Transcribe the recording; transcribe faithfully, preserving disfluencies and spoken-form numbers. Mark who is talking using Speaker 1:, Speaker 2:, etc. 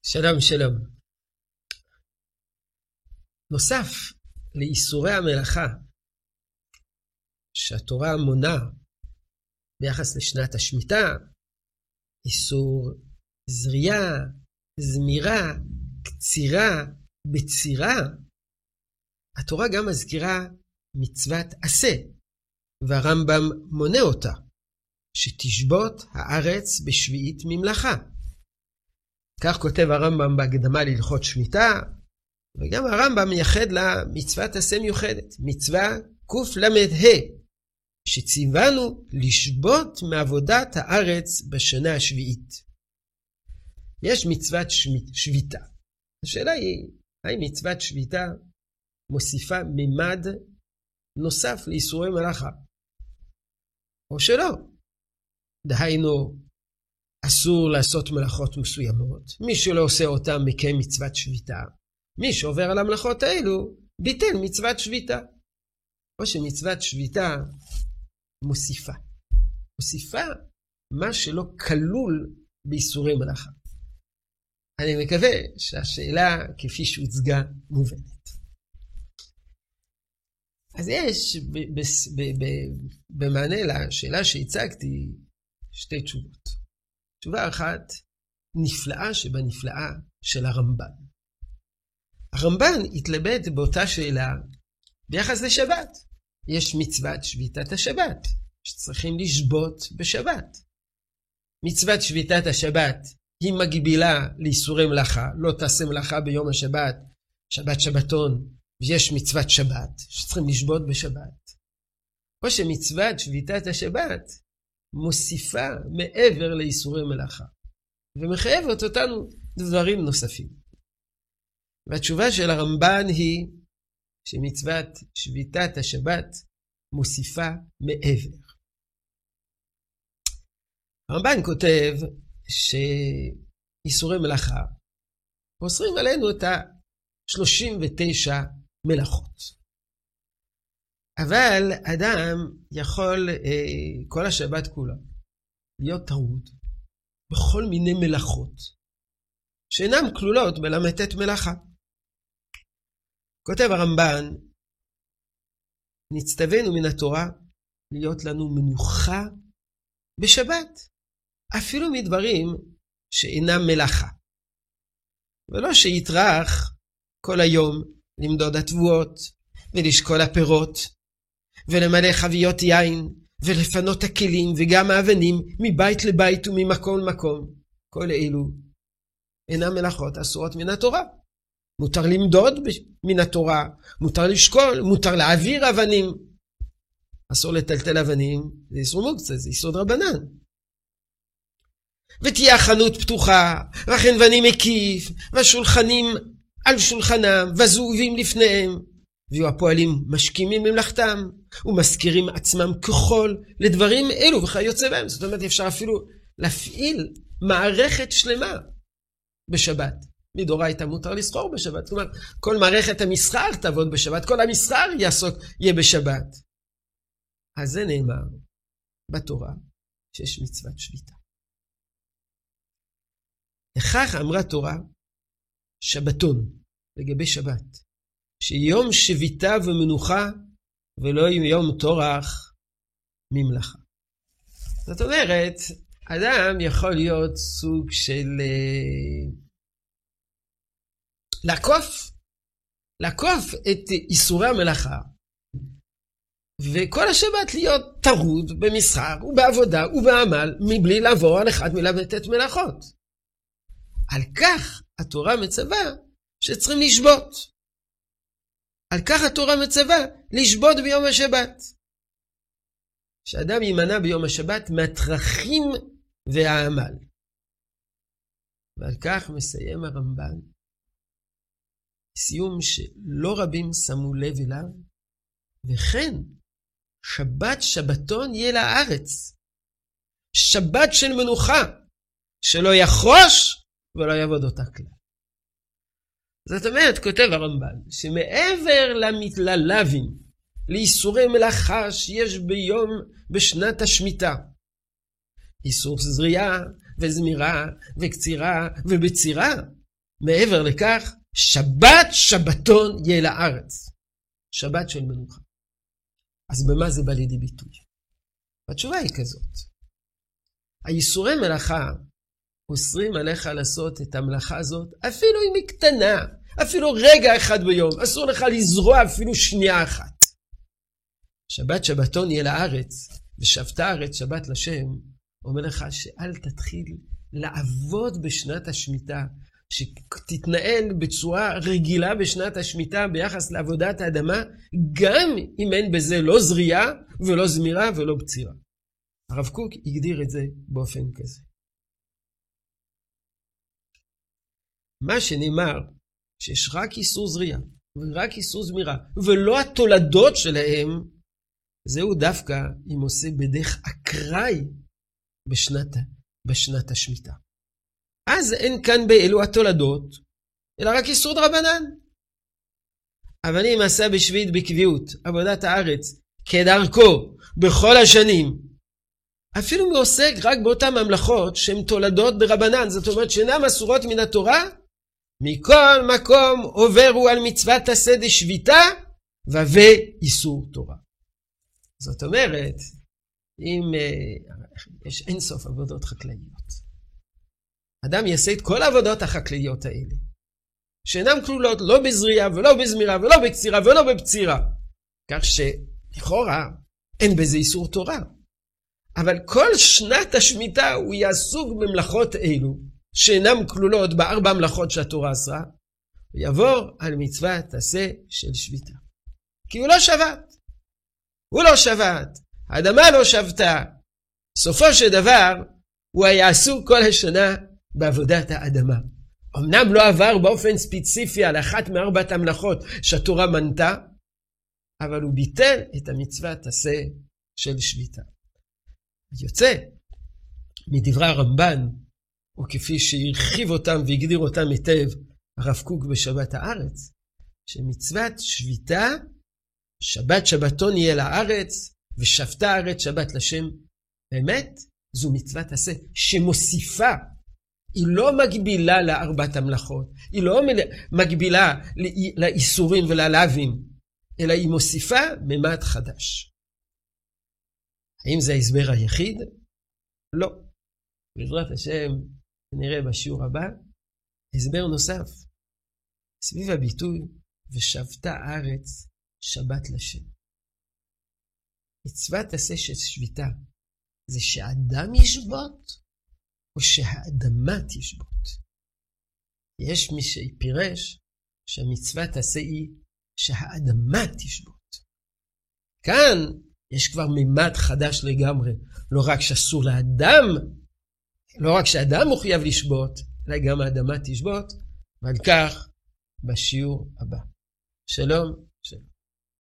Speaker 1: שלום שלום. נוסף לאיסורי המלאכה שהתורה מונה ביחס לשנת השמיטה, איסור זריעה, זמירה, קצירה, בצירה, התורה גם מזכירה מצוות עשה, והרמב"ם מונה אותה, שתשבות הארץ בשביעית ממלאכה. כך כותב הרמב"ם בהקדמה להלכות שמיטה, וגם הרמב"ם מייחד לה מצוות עשה מיוחדת, מצווה קל"ה, שציוונו לשבות מעבודת הארץ בשנה השביעית. יש מצוות שביתה. השאלה היא, האם מצוות שביתה מוסיפה ממד נוסף לאיסורי מלאכה? או שלא? דהיינו, אסור לעשות מלאכות מסוימות. מי שלא עושה אותם מקיים מצוות שביתה. מי שעובר על המלאכות האלו, ביטל מצוות שביתה. או שמצוות שביתה מוסיפה. מוסיפה מה שלא כלול באיסורי מלאכה. אני מקווה שהשאלה כפי שהוצגה מובנת. אז יש במענה לשאלה שהצגתי שתי תשובות. תשובה אחת נפלאה שבנפלאה של הרמב"ן. הרמב"ן התלבט באותה שאלה ביחס לשבת. יש מצוות שביתת השבת שצריכים לשבות בשבת. מצוות שביתת השבת היא מגבילה לאיסורי מלאכה, לא תעשה מלאכה ביום השבת, שבת שבתון, ויש מצוות שבת שצריכים לשבות בשבת. או שמצוות שביתת השבת מוסיפה מעבר לאיסורי מלאכה, ומחייבת אותנו דברים נוספים. והתשובה של הרמב"ן היא שמצוות שביתת השבת מוסיפה מעבר. הרמב"ן כותב שאיסורי מלאכה אוסרים עלינו את ה-שלושים ותשע מלאכות. אבל אדם יכול אה, כל השבת כולה להיות טרוד בכל מיני מלאכות שאינן כלולות בל"ט מלאכה. כותב הרמב"ן, נצטווינו מן התורה להיות לנו מנוחה בשבת, אפילו מדברים שאינם מלאכה. ולא שיתרח כל היום למדוד התבואות ולשקול הפירות ולמלא חביות יין ולפנות הכלים וגם האבנים מבית לבית וממקום למקום. כל אלו אינם מלאכות אסורות מן התורה. מותר למדוד מן התורה, מותר לשקול, מותר להעביר אבנים. אסור לטלטל אבנים, זה איסור מוקצה, זה איסור דרבנן. ותהיה החנות פתוחה, והחנווני מקיף, והשולחנים על שולחנם, והזהובים לפניהם, ויהיו הפועלים משכימים ממלאכתם, ומזכירים עצמם ככל לדברים אלו וכיוצא בהם. זאת אומרת, אפשר אפילו להפעיל מערכת שלמה בשבת. מדאורייתא מותר לסחור בשבת. כלומר, כל מערכת המסחר תעבוד בשבת, כל המסחר יעסוק, יהיה בשבת. אז זה נאמר בתורה שיש מצוות שביתה. לכך אמרה תורה שבתון לגבי שבת, שיום שביתה ומנוחה ולא יום טורח ממלאכה. זאת אומרת, אדם יכול להיות סוג של לעקוף, לעקוף את איסורי המלאכה, וכל השבת להיות טרוד במסחר ובעבודה ובעמל, מבלי לעבור על אחד מל"ט מלאכות. על כך התורה מצווה שצריכים לשבות. על כך התורה מצווה לשבות ביום השבת. שאדם יימנע ביום השבת מהטרחים והעמל. ועל כך מסיים הרמב"ן, סיום שלא רבים שמו לב אליו, וכן שבת שבתון יהיה לארץ. שבת של מנוחה, שלא יחרוש ולא יעבוד אותה כלל. זאת אומרת, כותב הרמב"ן, שמעבר למתללבים, לאיסורי מלאכה שיש ביום בשנת השמיטה, איסור זריעה וזמירה וקצירה ובצירה, מעבר לכך, שבת שבתון יהיה לארץ. שבת של מנוחה. אז במה זה בא לידי ביטוי? התשובה היא כזאת. האיסורי מלאכה אוסרים עליך לעשות את המלאכה הזאת, אפילו אם היא קטנה, אפילו רגע אחד ביום, אסור לך לזרוע אפילו שנייה אחת. שבת שבתון יהיה לארץ, ושבת הארץ שבת לשם, אומר לך שאל תתחיל לעבוד בשנת השמיטה, שתתנהל בצורה רגילה בשנת השמיטה ביחס לעבודת האדמה, גם אם אין בזה לא זריעה ולא זמירה ולא בצירה. הרב קוק הגדיר את זה באופן כזה. מה שנאמר, שיש רק איסור זריעה ורק איסור זמירה, ולא התולדות שלהם, זהו דווקא אם עושה בדרך אקראי בשנת, בשנת השמיטה. אז אין כאן באלו התולדות, אלא רק איסור דרבנן. אבל אם עשה בשביעית בקביעות עבודת הארץ כדרכו בכל השנים, אפילו הוא עוסק רק באותן ממלכות שהן תולדות דרבנן, זאת אומרת שאינן אסורות מן התורה, מכל מקום עוברו על מצוות עשה דשביתה והווה איסור תורה. זאת אומרת, אם יש אין סוף עבודות חקלאיות, אדם יעשה את כל העבודות החקלאיות האלה, שאינן כלולות לא בזריעה ולא בזמירה ולא בקצירה ולא בבצירה, כך שלכאורה אין בזה איסור תורה. אבל כל שנת השמיטה הוא יעסוק במלאכות אלו, שאינם כלולות בארבע מלאכות שהתורה אסרה, ויעבור על מצוות עשה של שביתה. כי הוא לא שבת. הוא לא שבת. האדמה לא שבתה. סופו של דבר, הוא היה עסוק כל השנה בעבודת האדמה. אמנם לא עבר באופן ספציפי על אחת מארבעת המלאכות שהתורה מנתה, אבל הוא ביטל את המצוות עשה של שביתה. יוצא מדברי הרמב"ן, וכפי שהרחיב אותם והגדיר אותם היטב הרב קוק בשבת הארץ, שמצוות שביתה, שבת שבתון יהיה לארץ, ושבתה הארץ שבת לשם, באמת זו מצוות עשה שמוסיפה, היא לא מגבילה לארבעת המלאכות, היא לא מגבילה לאיסורים וללאווים, אלא היא מוסיפה ממד חדש. האם זה ההסבר היחיד? לא. בעזרת השם נראה בשיעור הבא הסבר נוסף סביב הביטוי ושבתה הארץ שבת לשם. מצוות עשה של שביתה זה שהאדם ישבות או שהאדמה תשבות. יש מי שיפירש שהמצוות עשה היא שהאדמה תשבות. כאן יש כבר מימד חדש לגמרי, לא רק שאסור לאדם, לא רק שאדם מחויב לשבות, אלא גם האדמה תשבות, ועל כך בשיעור הבא. שלום.